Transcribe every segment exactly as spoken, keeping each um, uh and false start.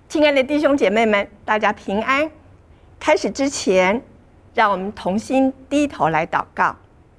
亲爱的弟兄姐妹们，大家平安。开始之前，让我们同心低头来祷告。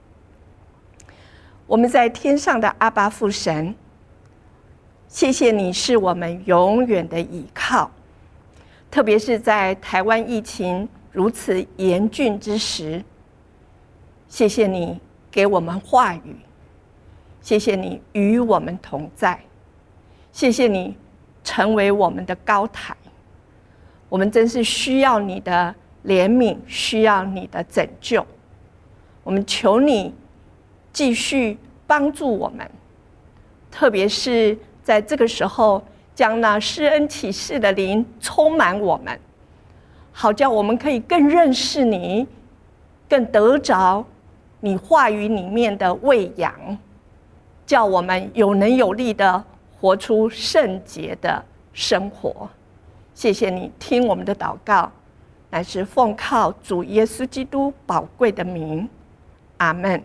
我们在天上的阿爸父神，谢谢你是我们永远的依靠，特别是在台湾疫情如此严峻之时，谢谢你给我们话语，谢谢你与我们同在，谢谢你成为我们的高台。我们真是需要你的怜悯，需要你的拯救。我们求你继续帮助我们，特别是在这个时候，将那施恩启示的灵充满我们，好叫我们可以更认识你，更得着你话语里面的喂养，叫我们有能有力的活出圣洁的生活。谢谢你听我们的祷告，乃是奉靠主耶稣基督宝贵的名，阿们。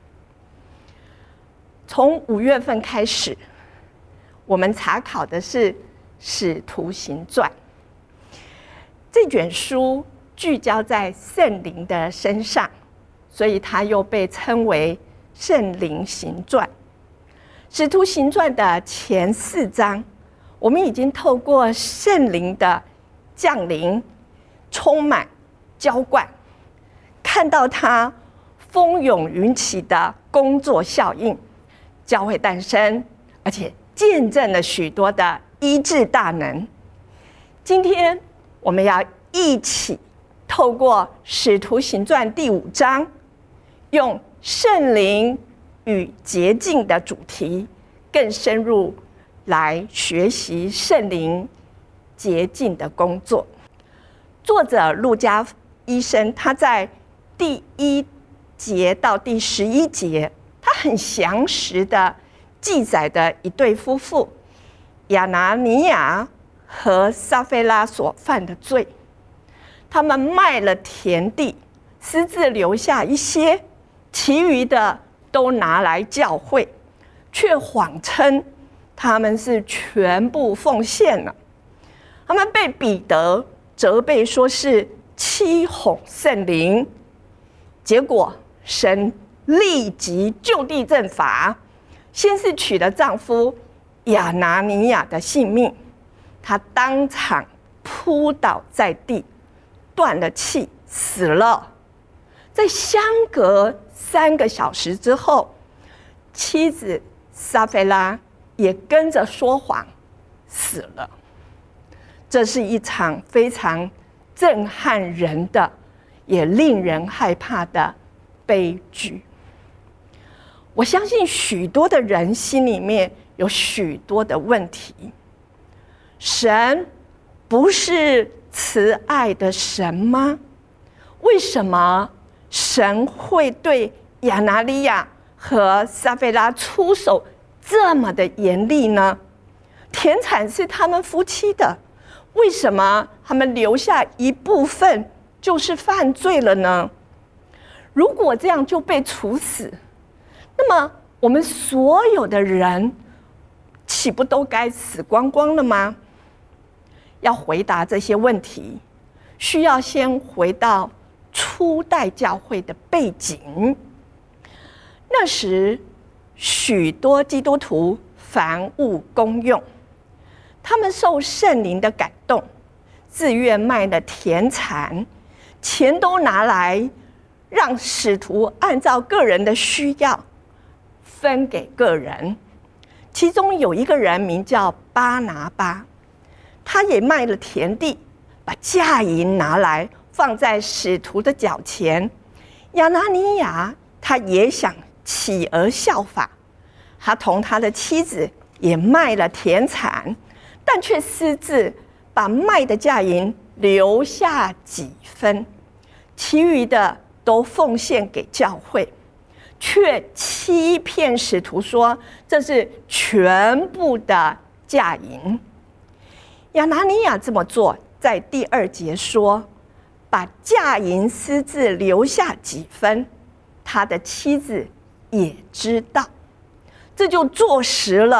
从五月份开始，我们查考的是《使徒行传》这卷书，聚焦在圣灵的身上，所以它又被称为圣灵行传。《使徒行传》的前四章，我们已经透过圣灵的降临、充满、浇灌，看到他风涌云起的工作效应，教会诞生，而且见证了许多的医治大能。今天我们要一起透过《使徒行传》第五章，用圣灵与洁净的主题，更深入来学习圣灵洁净的工作。作者路加医生，他在第一节到第十一节，他很详实的记载的一对夫妇亚拿尼亚和撒非拉所犯的罪。他们卖了田地，私自留下一些，其余的都拿来教会，却谎称他们是全部奉献了。他们被彼得责备说是欺哄圣灵，结果神立即就地正法，先是取了丈夫亚拿尼亚的性命，他当场扑倒在地，断了气，死了。在相隔三个小时之后，妻子撒非拉也跟着说谎，死了。这是一场非常震撼人的，也令人害怕的悲剧。我相信许多的人心里面有许多的问题。神不是慈爱的神吗？为什么神会对亚拿尼亚和撒非拉出手这么的严厉呢？田产是他们夫妻的，为什么他们留下一部分就是犯罪了呢？如果这样就被处死，那么我们所有的人岂不都该死光光了吗？要回答这些问题，需要先回到初代教会的背景。那时许多基督徒凡物公用，他们受圣灵的感动，自愿卖了田产，钱都拿来让使徒按照个人的需要分给个人。其中有一个人名叫巴拿巴，他也卖了田地，把价银拿来放在使徒的脚前。亚拿尼亚他也想起而效法，他同他的妻子也卖了田产，但却私自把卖的价银留下几分，其余的都奉献给教会，却欺骗使徒说这是全部的价银。亚拿尼亚这么做，在第二节说，把价银私自留下几分，他的妻子也知道，这就坐实了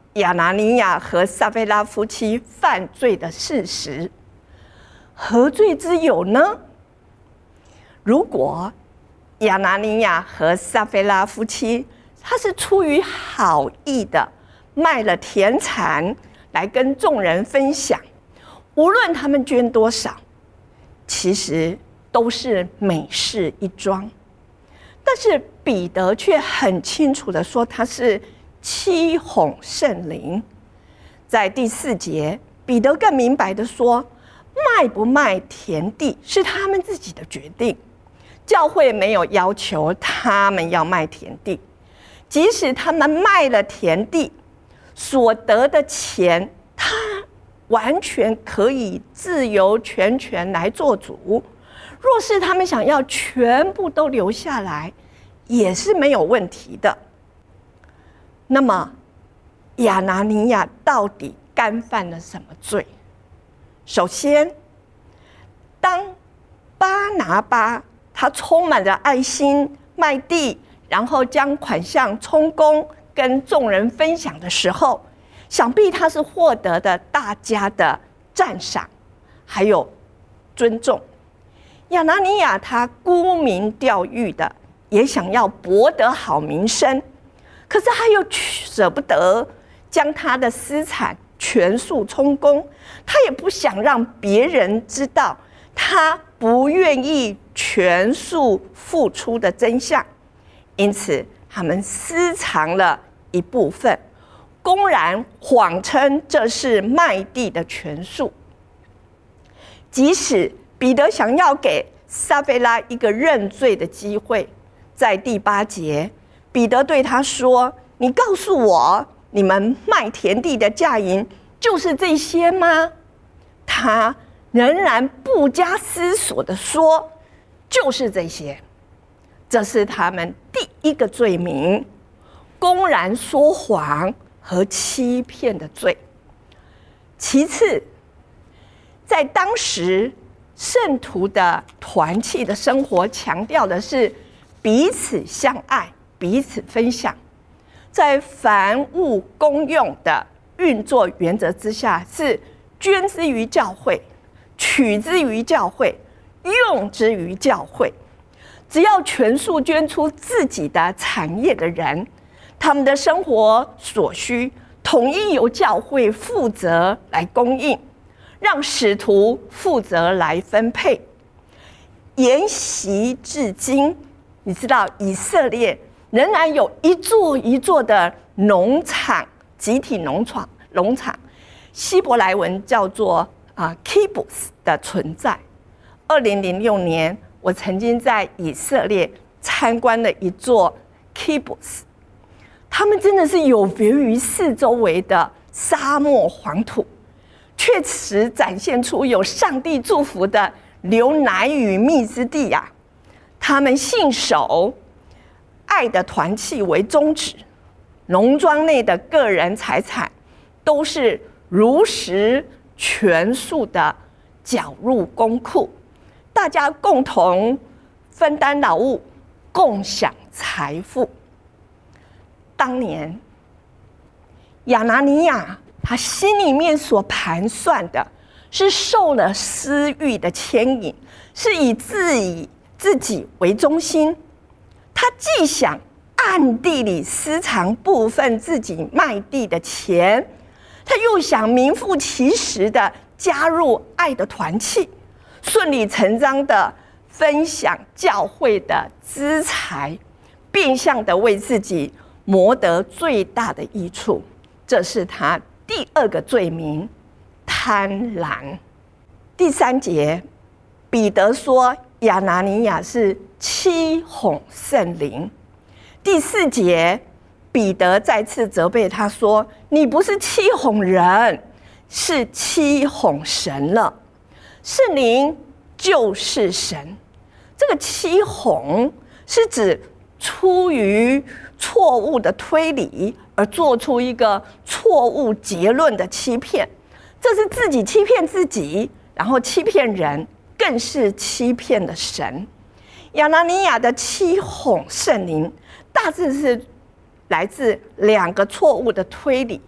亚拿尼亚和撒非拉夫妻犯罪的事实。何罪之有呢？如果亚拿尼亚和撒非拉夫妻他是出于好意的卖了田产来跟众人分享，无论他们捐多少，其实都是美事一桩。但是彼得却很清楚的说，他是欺哄圣灵。在第四节，彼得更明白的说，卖不卖田地是他们自己的决定，教会没有要求他们要卖田地，即使他们卖了田地，所得的钱他完全可以自由全权来做主。若是他们想要全部都留下来，也是没有问题的。那么亚拿尼亚到底干犯了什么罪？首先，当巴拿巴他充满着爱心卖地，然后将款项充公跟众人分享的时候，想必他是获得的大家的赞赏还有尊重。亚拿尼亚他沽名钓誉的，也想要博得好名声，可是他又舍不得将他的私产全数充公，他也不想让别人知道他不愿意全数付出的真相，因此他们私藏了一部分，公然谎称这是卖地的全数。即使彼得想要给撒非拉一个认罪的机会，在第八节，彼得对他说：“你告诉我，你们卖田地的价银就是这些吗？”他仍然不加思索地说：“就是这些。”这是他们第一个罪名，公然说谎和欺骗的罪。其次，在当时圣徒的团契的生活强调的是彼此相爱、彼此分享，在凡物公用的运作原则之下，是捐之于教会，取之于教会，用之于教会。只要全数捐出自己的产业的人，他们的生活所需统一由教会负责来供应，让使徒负责来分配。沿袭至今，你知道以色列仍然有一座一座的农场，集体农场，农场希伯来文叫做啊 kibbutz 的存在。二零零六年，我曾经在以色列参观了一座 kibbutz， 他们真的是有别于四周围的沙漠黄土，确实展现出有上帝祝福的流奶与蜜之地呀、啊。他们信守爱的团契为宗旨，农庄内的个人财产都是如实全数的缴入公库，大家共同分担劳务，共享财富。当年亚拿尼亚他心里面所盘算的是受了私欲的牵引，是以自己自己为中心。他既想暗地里私藏部分自己卖地的钱，他又想名副其实的加入爱的团契，顺理成章的分享教会的资财，变相的为自己谋得最大的益处。这是他第二个罪名，贪婪。第三节，彼得说亚拿尼亚是欺哄圣灵。第四节，彼得再次责备他说：“你不是欺哄人，是欺哄神了。”圣灵就是神。这个欺哄是指出于错误的推理而做出一个错误结论的欺骗，这是自己欺骗自己，然后欺骗人，更是欺骗了神。亚拿尼亚的欺哄圣灵大致是来自两个错误的推理。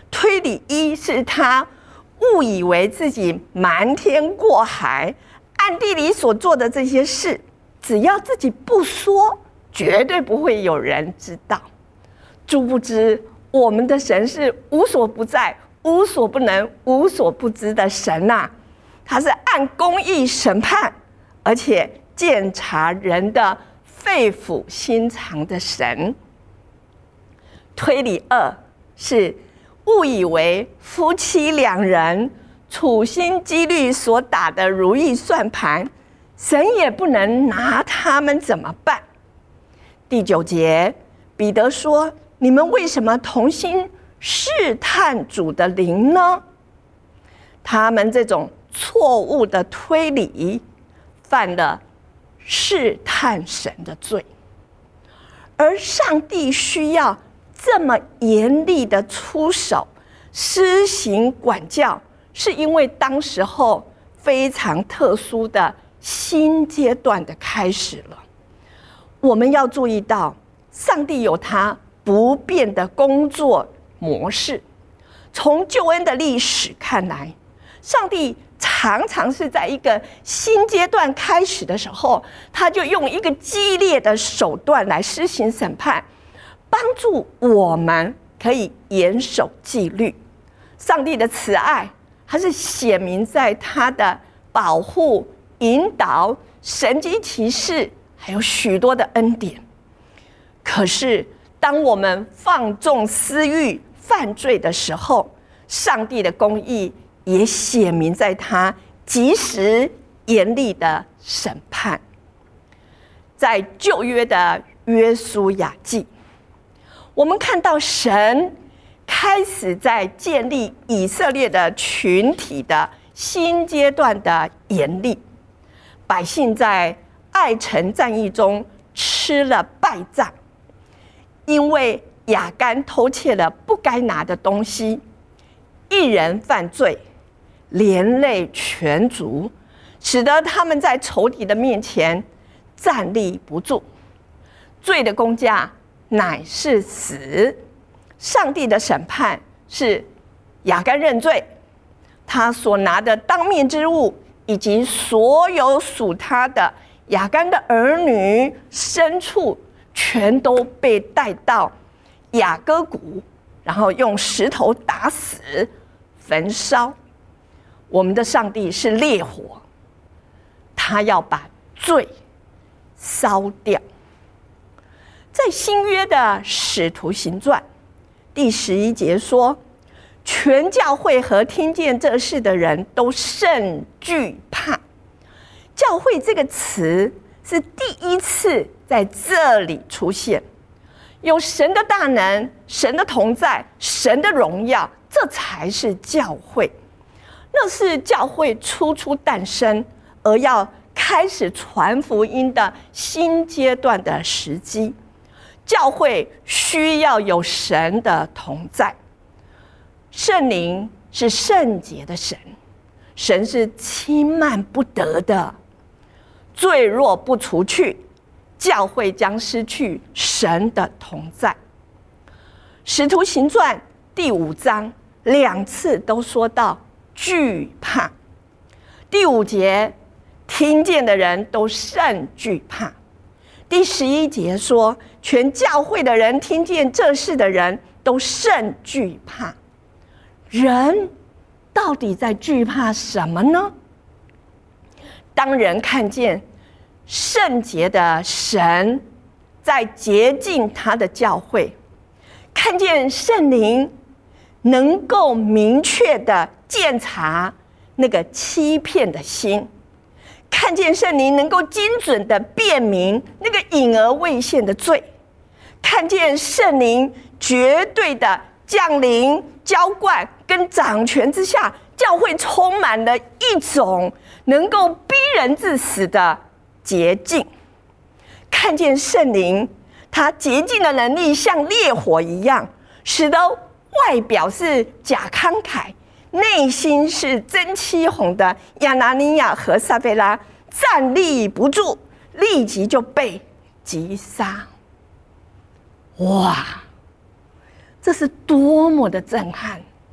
推理一是他误以为自己瞒天过海，暗地里所做的这些事，只要自己不说，绝对不会有人知道。殊不知，我们的神是无所不在、无所不能、无所不知的神呐、啊！他是按公义审判，而且鉴察人的肺腑心肠的神。推理二是误以为夫妻两人处心积虑所打的如意算盘，神也不能拿他们怎么办。第九节，彼得说：“你们为什么同心试探主的灵呢？”他们这种错误的推理，犯了试探神的罪，而上帝需要这么严厉的出手施行管教，是因为当时候非常特殊的新阶段的开始了。我们要注意到，上帝有他不变的工作模式。从救恩的历史看来，上帝常常是在一个新阶段开始的时候，他就用一个激烈的手段来施行审判，帮助我们可以严守纪律。上帝的慈爱，它是显明在他的保护、引导、神迹奇事，还有许多的恩典。可是，当我们放纵私欲、犯罪的时候，上帝的公义也显明在他及时严厉的审判。在旧约的约书亚记，我们看到神开始在建立以色列的群体的新阶段的严厉。百姓在爱城战役中吃了败仗，因为亚干偷窃了不该拿的东西，一人犯罪，连累全族，使得他们在仇敌的面前站立不住。罪的工价乃是死。上帝的审判是亚干认罪，他所拿的当面之物，以及所有属他的亚干的儿女、牲畜，全都被带到雅各谷，然后用石头打死、焚烧。我们的上帝是烈火，他要把罪烧掉。在新约的使徒行传第十一节说，全教会和听见这事的人都甚惧怕。教会这个词是第一次在这里出现，有神的大能、神的同在、神的荣耀，这才是教会。那是教会初初诞生，而要开始传福音的新阶段的时机。教会需要有神的同在，圣灵是圣洁的神，神是轻慢不得的。罪若不除去，教会将失去神的同在。使徒行传第五章两次都说到惧怕。第五节，听见的人都甚惧怕。第十一节说，全教会的人听见这事的人都甚惧怕。人到底在惧怕什么呢？当人看见圣洁的神在洁净他的教会，看见圣灵能够明确的鉴察那个欺骗的心，看见圣灵能够精准的辨明那个隐而未现的罪，看见圣灵绝对的降临、浇灌跟掌权之下，教会充满了一种能够逼人致死的洁净。看见圣灵他洁净的能力像烈火一样，使得外表是假慷慨，内心是真欺哄的亚拿尼亚和撒非拉站立不住，立即就被击杀。哇，这是多么的震撼！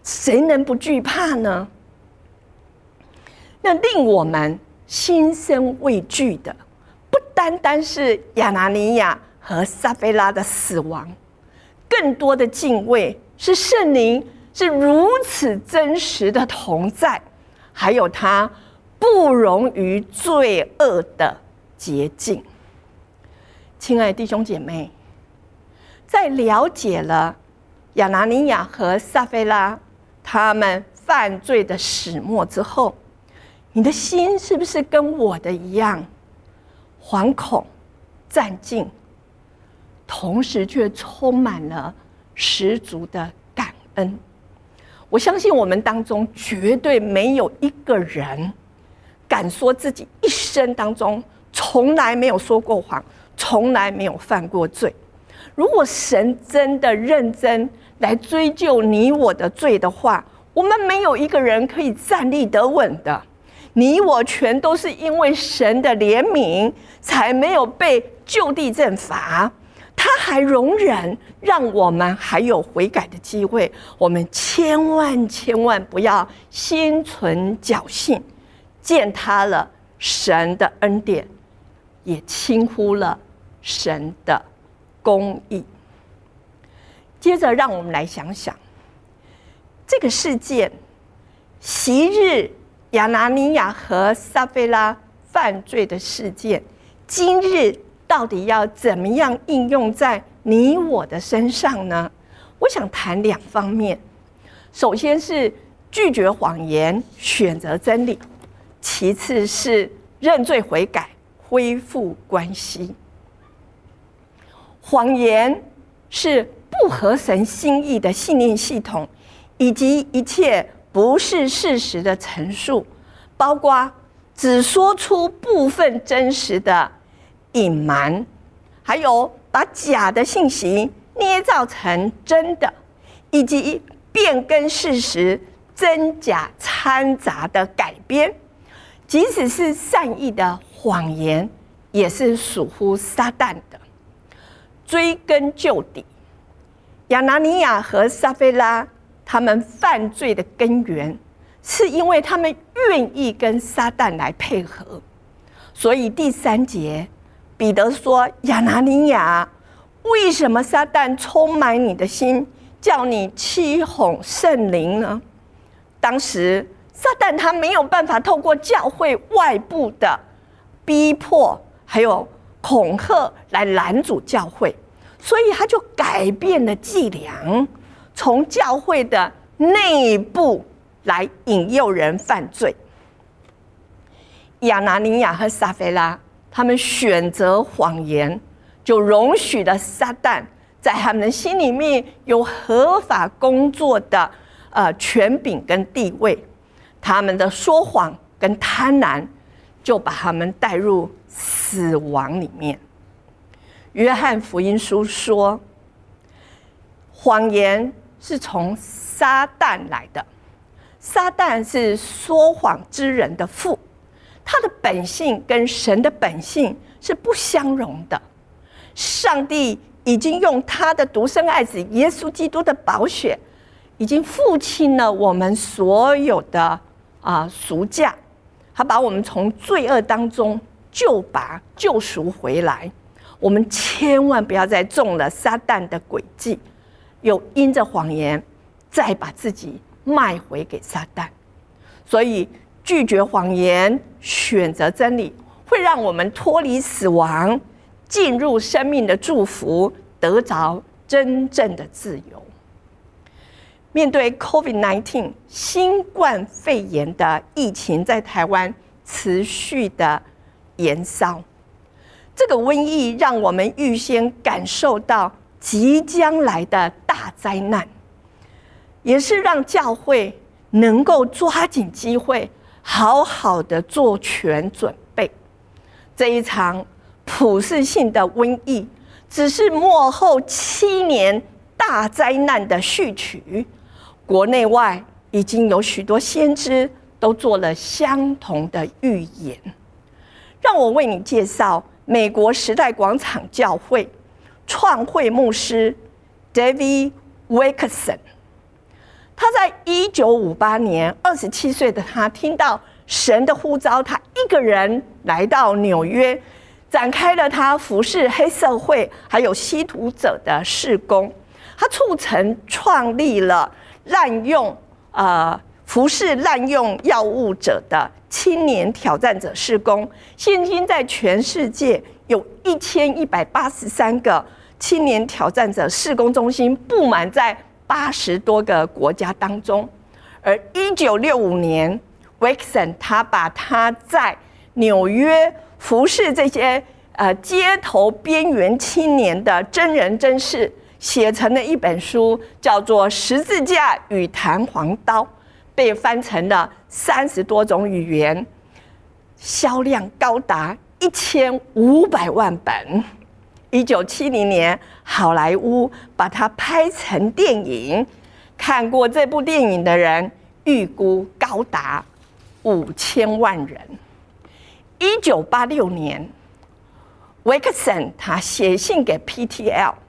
谁能不惧怕呢？那令我们心生畏惧的，不单单是亚拿尼亚和撒非拉的死亡，更多的敬畏是圣灵是如此真实的同在，还有他不容于罪恶的洁净。亲爱的弟兄姐妹，在了解了亚拿尼亚和撒非拉他们犯罪的始末之后，你的心是不是跟我的一样惶恐战兢，同时却充满了十足的感恩？我相信我们当中绝对没有一个人敢说自己一生当中从来没有说过谎，从来没有犯过罪。如果神真的认真来追究你我的罪的话，我们没有一个人可以站立得稳的。你我全都是因为神的怜悯，才没有被就地正罚。他还容忍让我们还有悔改的机会。我们千万千万不要心存侥幸，践踏了神的恩典，也轻忽了神的公义。接着让我们来想想这个事件，昔日亚拿尼亚和撒非拉犯罪的事件，今日到底要怎么样应用在你我的身上呢？我想谈两方面。首先是拒绝谎言，选择真理；其次是认罪悔改，恢复关系。谎言是不合神心意的信念系统，以及一切不是事实的陈述，包括只说出部分真实的隐瞒，还有把假的信息捏造成真的，以及变更事实、真假掺杂的改编。即使是善意的谎言，也是属乎撒旦的。追根究底，亚拿尼亚和撒非拉他们犯罪的根源，是因为他们愿意跟撒旦来配合。所以第三节，彼得说：亚拿尼亚，为什么撒旦充满你的心，叫你欺哄圣灵呢？当时撒旦他没有办法透过教会外部的逼迫还有恐吓来拦阻教会，所以他就改变了伎俩，从教会的内部来引诱人犯罪。亚拿尼亚和撒非拉他们选择谎言，就容许了撒旦在他们的心里面有合法工作的呃权柄跟地位。他们的说谎跟贪婪就把他们带入死亡里面。约翰福音书说，谎言是从撒旦来的，撒旦是说谎之人的父，他的本性跟神的本性是不相容的。上帝已经用他的独生爱子耶稣基督的宝血，已经付清了我们所有的啊赎价，他把我们从罪恶当中救拔救赎回来。我们千万不要再中了撒旦的诡计，又因着谎言再把自己卖回给撒旦。所以拒绝谎言，选择真理，会让我们脱离死亡，进入生命的祝福，得着真正的自由。面对 COVID 十九 新冠肺炎的疫情在台湾持续的延烧，这个瘟疫让我们预先感受到即将来的大灾难，也是让教会能够抓紧机会，好好的做全准备。这一场普世性的瘟疫只是末后七年大灾难的序曲，国内外已经有许多先知都做了相同的预言。让我为你介绍美国时代广场教会创会牧师 David Wilkerson。 他在一九五八年，二十七岁的他听到神的呼召，他一个人来到纽约，展开了他服侍黑社会还有吸毒者的事工。他促成创立了滥用呃服侍滥用药物者的青年挑战者事工。现今在全世界有一千一百八十三个青年挑战者事工中心，布满在八十多个国家当中。而一九六五年，维克森他把他在纽约服侍这些呃街头边缘青年的真人真事，写成了一本书，叫做《十字架与弹簧刀》，被翻成了三十多种语言，销量高达一千五百万本。一九七零年，好莱坞把它拍成电影，看过这部电影的人预估高达五千万人。一九八六年，维克森他写信给 P T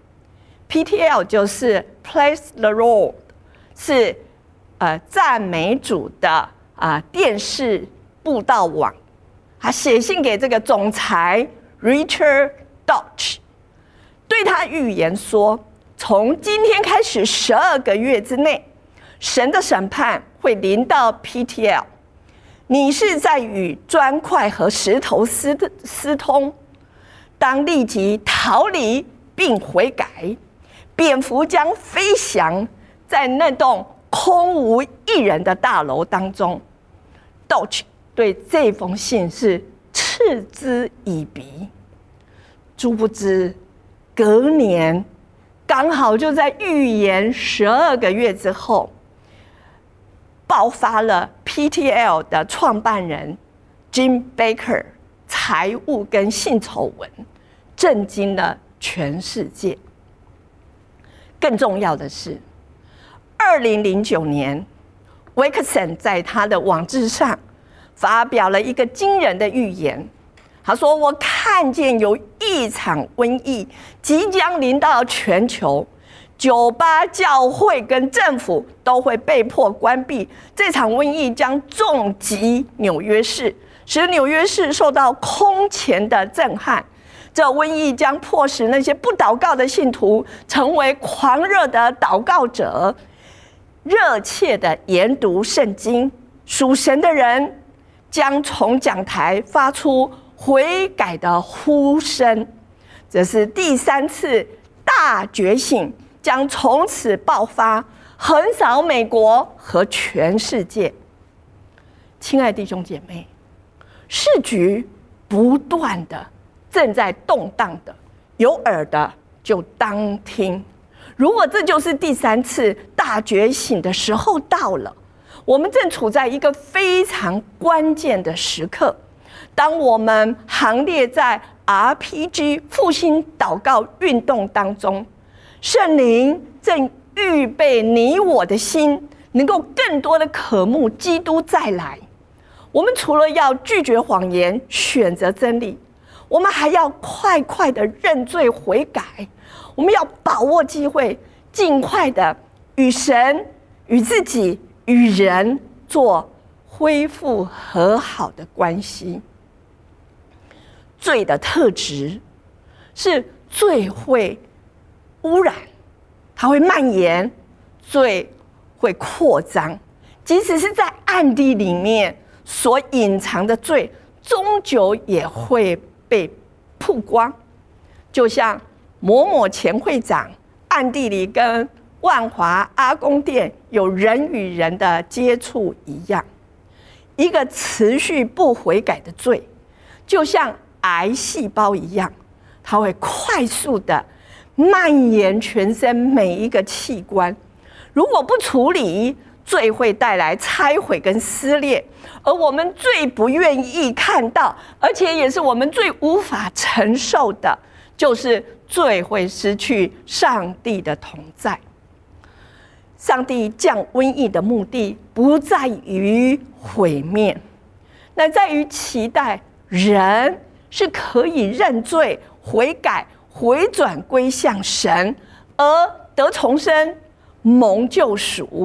L，P T L 就是 Praise the Lord， 是呃赞美主的啊、呃、电视布道网。他写信给这个总裁 Richard Dodge， 对他预言说，从今天开始十二个月之内，神的审判会临到 P T L。你是在与砖块和石头私私通，当立即逃离并悔改，蝙蝠将飞翔在那栋空无一人的大楼当中。Dodge 对这封信是嗤之以鼻，殊不知隔年刚好就在预言十二个月之后，爆发了 P T L 的创办人 Jim Baker 财务跟性丑闻，震惊了全世界。更重要的是，二零零九年，维克森在他的网志上发表了一个惊人的预言。他说：“我看见有一场瘟疫即将临到全球，酒吧、教会跟政府都会被迫关闭。这场瘟疫将重击纽约市，使纽约市受到空前的震撼。这瘟疫将迫使那些不祷告的信徒成为狂热的祷告者，热切的研读圣经。属神的人将从讲台发出悔改的呼声。这是第三次大觉醒将从此爆发，横扫美国和全世界。”亲爱的弟兄姐妹，世局不断的正在动荡的，有耳的就当听。如果这就是第三次大觉醒的时候到了，我们正处在一个非常关键的时刻。当我们行列在 R P G 复兴祷告运动当中，圣灵正预备你我的心，能够更多的渴慕基督再来。我们除了要拒绝谎言，选择真理，我们还要快快的认罪悔改。我们要把握机会，尽快的与神、与自己、与人做恢复和好的关系。罪的特质是罪会污染，它会蔓延，罪会扩张。即使是在暗地里面所隐藏的罪，终究也会被曝光。就像某某前会长暗地里跟万华阿公店有人与人的接触一样。一个持续不悔改的罪，就像癌细胞一样，它会快速的蔓延全身每一个器官。如果不处理，罪会带来拆毁跟撕裂，而我们最不愿意看到，而且也是我们最无法承受的，就是罪会失去上帝的同在。上帝降瘟疫的目的不在于毁灭，乃在于期待人是可以认罪悔改回转归向神，而得重生蒙救赎，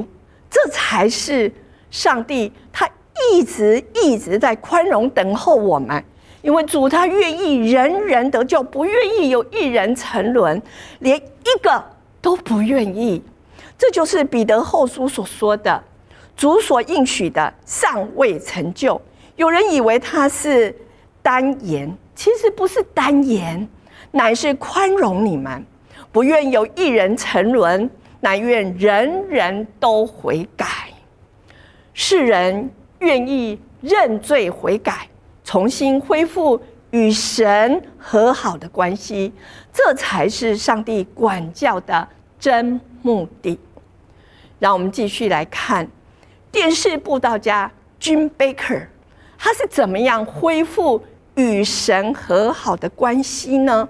这才是上帝他一直一直在宽容等候我们。因为主他愿意人人得救，不愿意有一人沉沦，连一个都不愿意。这就是彼得后书所说的，主所应许的尚未成就。有人以为他是单言，其实不是单言，乃是宽容你们，不愿有一人沉沦，乃愿人人都悔改。世人愿意认罪悔改，重新恢复与神和好的关系，这才是上帝管教的真目的。让我们继续来看电视布道家 Jim Bakker， 他是怎么样恢复与神和好的关系呢？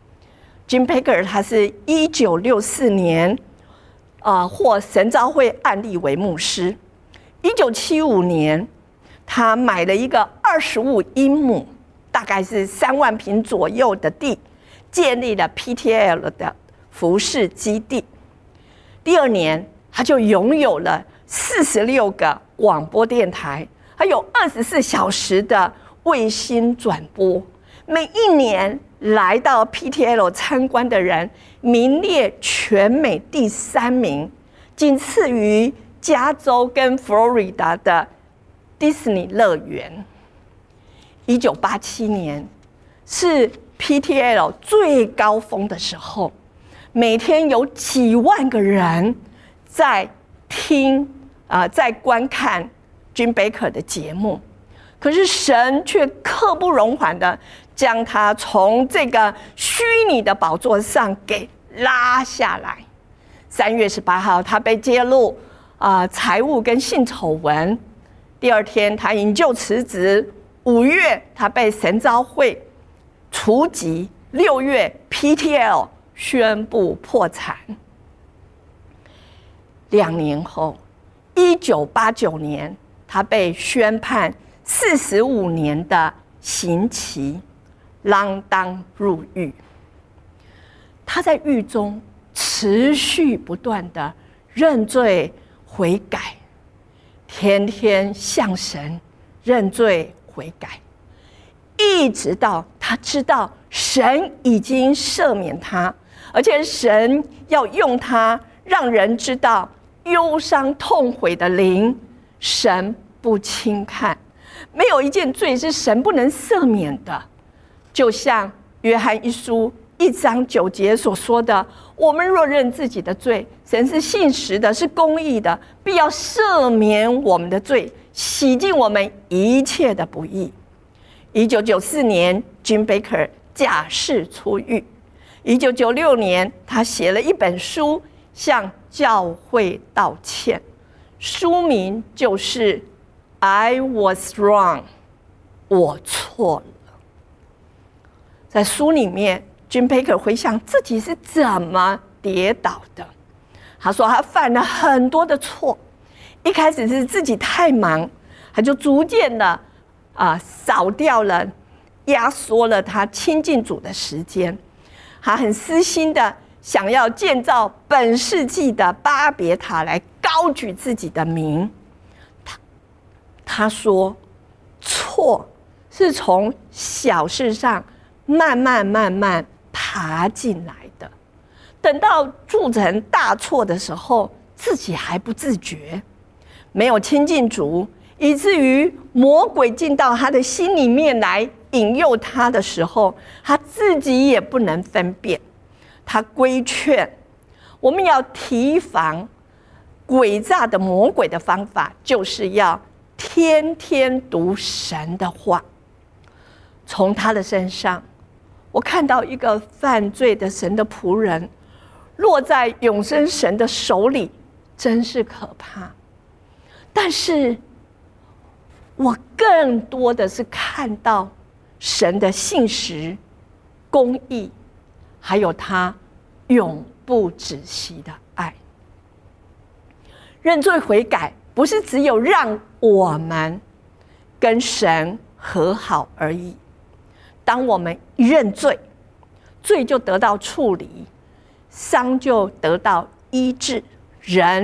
Jim Bakker 他是一九六四年呃获神召会案例为牧师。一九七五年，他买了一个二十五英亩，大概是三万平左右的地，建立了 P T L 的服事基地。第二年，他就拥有了四十六个广播电台，还有二十四小时的卫星转播。每一年来到 P T L 参观的人名列全美第三名，仅次于加州跟佛罗里达的迪士尼乐园。一九八七年是 P T L 最高峰的时候，每天有几万个人在听啊、呃，在观看 Jim Bakker 的节目。可是神却刻不容缓的将他从这个虚拟的宝座上给拉下来。三月十八号，他被揭露啊、呃、财务跟性丑闻。第二天，他引咎辞职。五月，他被神召会除籍。六月 ，P T L 宣布破产。两年后，一九八九年，他被宣判四十五年的刑期，锒铛入狱。他在狱中持续不断的认罪悔改，天天向神认罪悔改，一直到他知道神已经赦免他，而且神要用他让人知道忧伤痛悔的灵，神不轻看，没有一件罪是神不能赦免的。就像约翰一书一章九节所说的，我们若认自己的罪，神是信实的，是公义的，必要赦免我们的罪，洗净我们一切的不义。一九九四年 Jim Bakker 假释出狱。一九九六年，他写了一本书向教会道歉，书名就是《I was wrong》，我错了。在书里面 Jim Bakker 回想自己是怎么跌倒的。他说他犯了很多的错，一开始是自己太忙，他就逐渐的啊、呃、少掉了，压缩了他亲近主的时间。他很私心的想要建造本世纪的巴别塔来高举自己的名。他他说错是从小事上慢慢慢慢爬进来的，等到铸成大错的时候，自己还不自觉，没有亲近主，以至于魔鬼进到他的心里面来引诱他的时候，他自己也不能分辨。他规劝我们要提防诡诈的魔鬼的方法，就是要天天读神的话。从他的身上，我看到一个犯罪的神的仆人落在永生神的手里，真是可怕。但是我更多的是看到神的信实、公义，还有他永不止息的爱。认罪悔改不是只有让我们跟神和好而已。当我们一认罪，罪就得到处理，伤就得到医治，人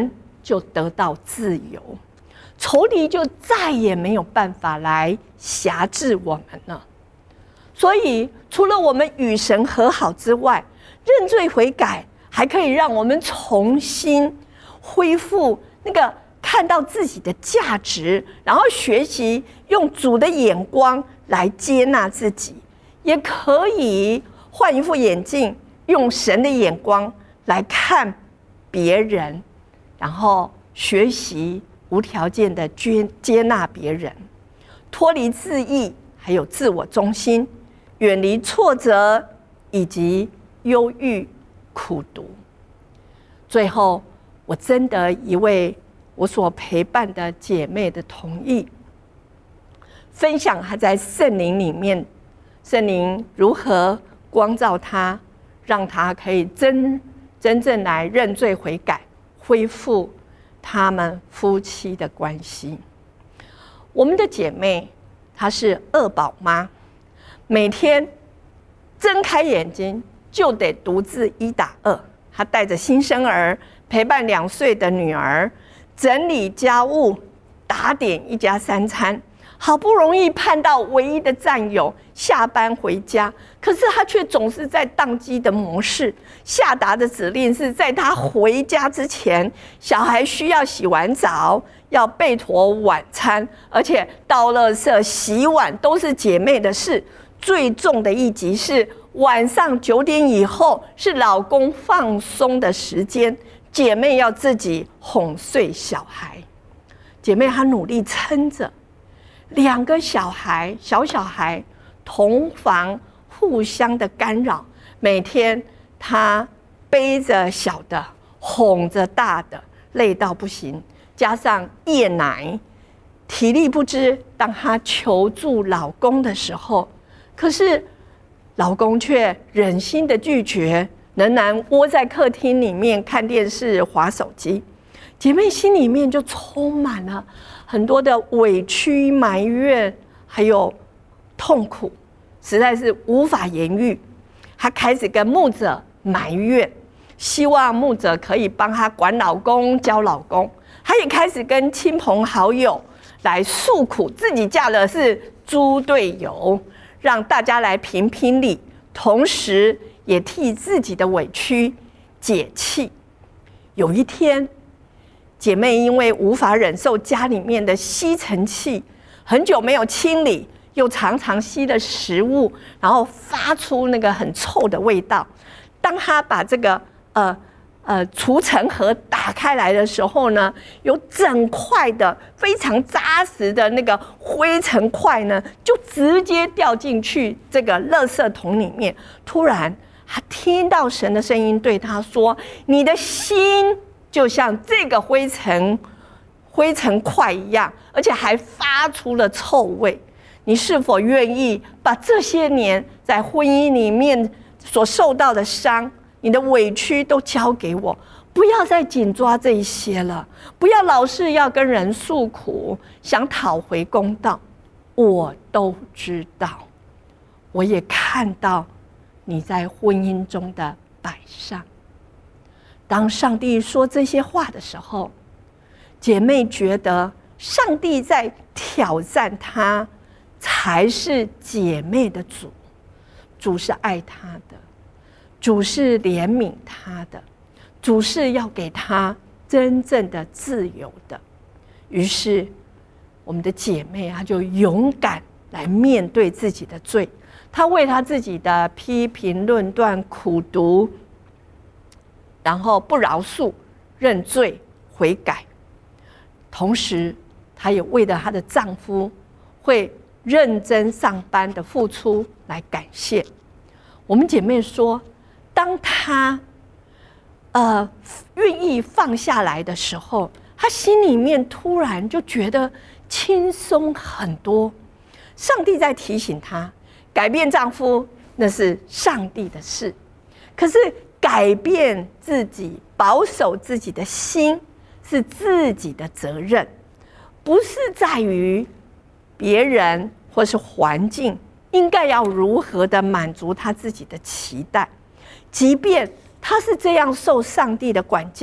就得到自由，仇敌就再也没有办法来辖制我们了。所以，除了我们与神和好之外，认罪悔改还可以让我们重新恢复那个看到自己的价值，然后学习用主的眼光来接纳自己，也可以换一副眼镜，用神的眼光来看别人，然后学习无条件的接纳别人，脱离自义，还有自我中心，远离挫折以及忧郁、苦毒。最后，我征得一位我所陪伴的姐妹的同意，分享她在圣灵里面，圣灵如何光照她，让她可以真真正来认罪悔改，恢复他们夫妻的关系。我们的姐妹她是二宝妈，每天睁开眼睛就得独自一打二。她带着新生儿，陪伴两岁的女儿，整理家务，打点一家三餐。好不容易盼到唯一的战友下班回家，可是他却总是在宕机的模式。下达的指令是在他回家之前，小孩需要洗完澡，要备妥晚餐，而且倒垃圾、洗碗都是姐妹的事。最重的一集是晚上九点以后是老公放松的时间，姐妹要自己哄睡小孩。姐妹她努力撑着，两个小孩小小孩同房，互相的干扰。每天她背着小的，哄着大的，累到不行，加上夜奶，体力不支。当她求助老公的时候，可是老公却忍心的拒绝，仍然窝在客厅里面看电视、滑手机。姐妹心里面就充满了很多的委屈、埋怨，还有痛苦，实在是无法言喻。她开始跟牧者埋怨，希望牧者可以帮她管老公、教老公。她也开始跟亲朋好友来诉苦，自己嫁的是猪队友，让大家来评评理，同时也替自己的委屈解气。有一天，姐妹因为无法忍受家里面的吸尘器很久没有清理，又常常吸了食物，然后发出那个很臭的味道。当她把这个呃呃除尘盒打开来的时候呢，有整块的非常扎实的那个灰尘块呢，就直接掉进去这个垃圾桶里面。突然，她听到神的声音对她说：“你的心就像这个灰尘灰尘块一样，而且还发出了臭味。你是否愿意把这些年在婚姻里面所受到的伤，你的委屈都交给我？不要再紧抓这一些了，不要老是要跟人诉苦，想讨回公道。我都知道，我也看到你在婚姻中的摆上。”当上帝说这些话的时候，姐妹觉得上帝在挑战她，才是姐妹的主。主是爱她的，主是怜悯她的，主是要给她真正的自由的。于是，我们的姐妹她就勇敢来面对自己的罪，她为她自己的批评、论断、苦毒，然后不饶恕、认罪、悔改，同时，她也为了她的丈夫会认真上班的付出来感谢。我们姐妹说，当她呃愿意放下来的时候，她心里面突然就觉得轻松很多。上帝在提醒她，改变丈夫那是上帝的事，可是改变自己、保守自己的心是自己的责任，不是在于别人或是环境应该要如何的满足他自己的期待。即便他是这样受上帝的管教，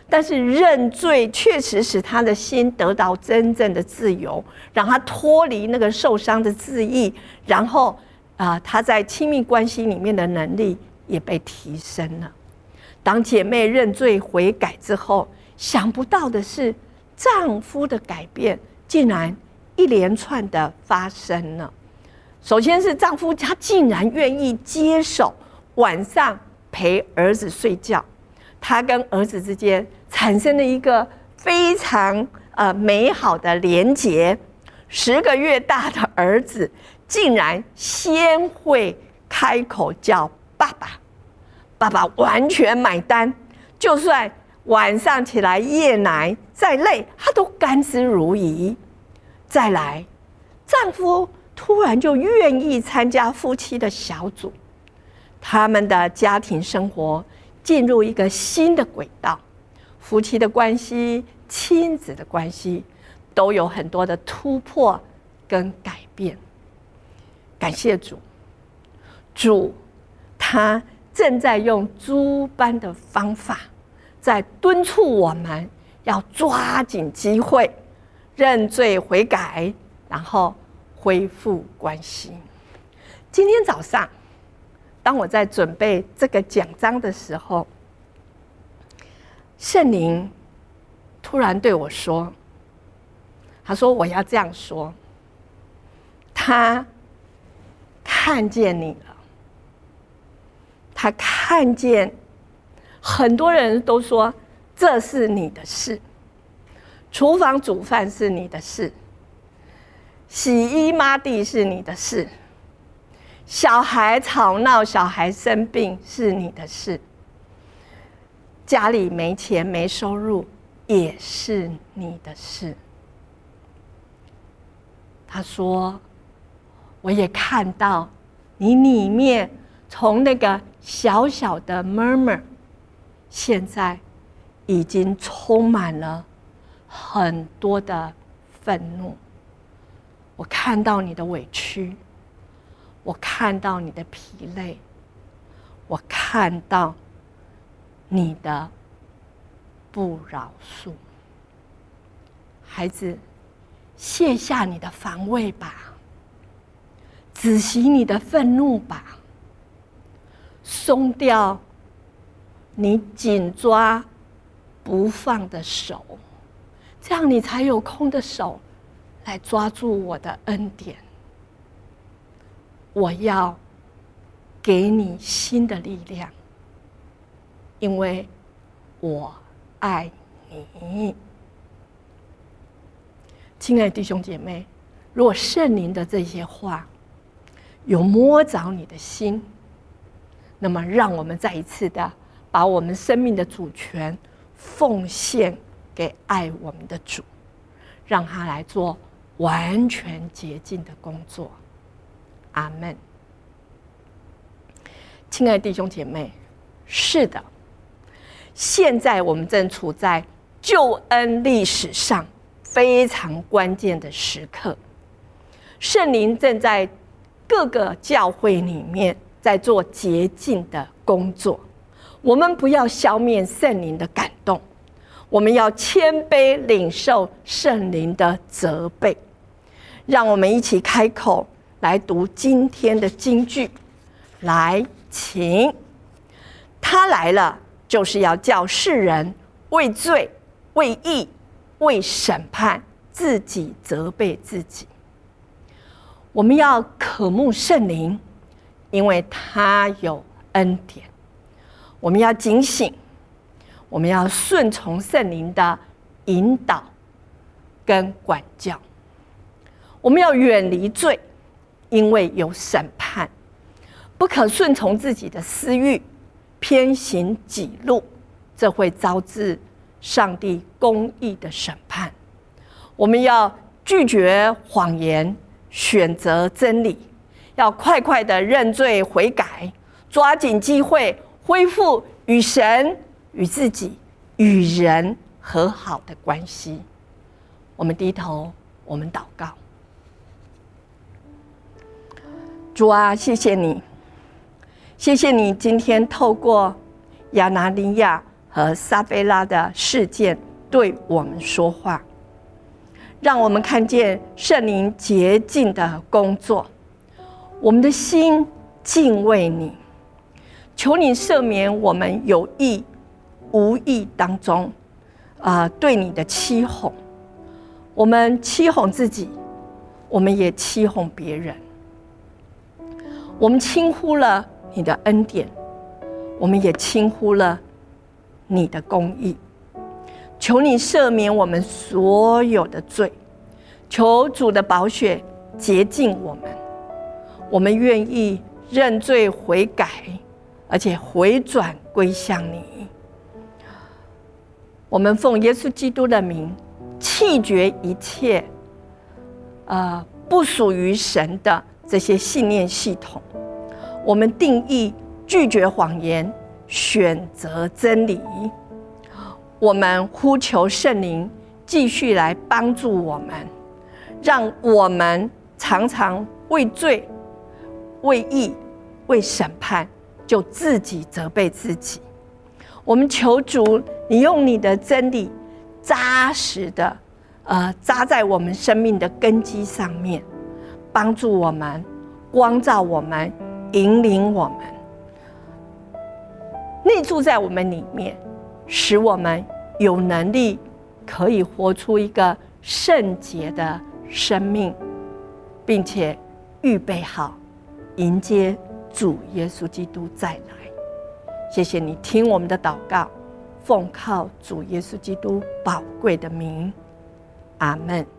但是认罪确实使他的心得到真正的自由，让他脱离那个受伤的自意，然后啊、呃，他在亲密关系里面的能力也被提升了。当姐妹认罪悔改之后，想不到的是，丈夫的改变竟然一连串的发生了。首先是丈夫他竟然愿意接手晚上陪儿子睡觉，他跟儿子之间产生了一个非常呃美好的连结。十个月大的儿子竟然先会开口叫爸爸，爸爸完全买单，就算晚上起来夜奶再累，他都甘之如饴。再来，丈夫突然就愿意参加夫妻的小组，他们的家庭生活进入一个新的轨道，夫妻的关系、亲子的关系都有很多的突破跟改变。感谢主，主他正在用诸般的方法，在敦促我们要抓紧机会，认罪悔改，然后恢复关系。今天早上，当我在准备这个讲章的时候，圣灵突然对我说：“他说我要这样说，他看见你了，他看见很多人都说这是你的事，厨房煮饭是你的事，洗衣抹地是你的事，小孩吵闹、小孩生病是你的事，家里没钱没收入也是你的事。”他说：“我也看到你里面从那个小小的 murmur， 现在已经充满了很多的愤怒。我看到你的委屈，我看到你的疲累，我看到你的不饶恕。孩子，卸下你的防卫吧，止息你的愤怒吧，松掉你紧抓不放的手，这样你才有空的手来抓住我的恩典。我要给你新的力量，因为我爱你。亲爱的弟兄姐妹，如果圣灵的这些话有摸着你的心，那么让我们再一次的把我们生命的主权奉献给爱我们的主，让他来做完全洁净的工作。阿们。亲爱的弟兄姐妹，是的，现在我们正处在救恩历史上非常关键的时刻，圣灵正在各个教会里面在做洁净的工作。我们不要消灭圣灵的感动，我们要谦卑领受圣灵的责备。让我们一起开口来读今天的金句。来，请。他来了，就是要叫世人为罪、为义、为审判自己责备自己。我们要渴慕圣灵，因为他有恩典。我们要警醒，我们要顺从圣灵的引导跟管教。我们要远离罪，因为有审判。不可顺从自己的私欲，偏行己路，这会招致上帝公义的审判。我们要拒绝谎言，选择真理，要快快的认罪悔改，抓紧机会恢复与神、与自己、与人和好的关系。我们低头，我们祷告。主啊，谢谢你，谢谢你今天透过亚拿尼亚和撒非拉的事件对我们说话，让我们看见圣灵洁净的工作，我们的心敬畏你。求你赦免我们有意无意当中啊、呃、对你的欺哄，我们欺哄自己，我们也欺哄别人，我们轻忽了你的恩典，我们也轻忽了你的公义。求你赦免我们所有的罪，求主的宝血洁净我们，我们愿意认罪悔改，而且回转归向你。我们奉耶稣基督的名，弃绝一切呃不属于神的这些信念系统。我们定义拒绝谎言，选择真理。我们呼求圣灵继续来帮助我们，让我们常常为罪、为义、为审判，就自己责备自己。我们求主，你用你的真理扎实的，呃，扎在我们生命的根基上面，帮助我们，光照我们，引领我们，内住在我们里面，使我们有能力可以活出一个圣洁的生命，并且预备好迎接主耶稣基督再来。谢谢你听我们的祷告，奉靠主耶稣基督宝贵的名，阿们。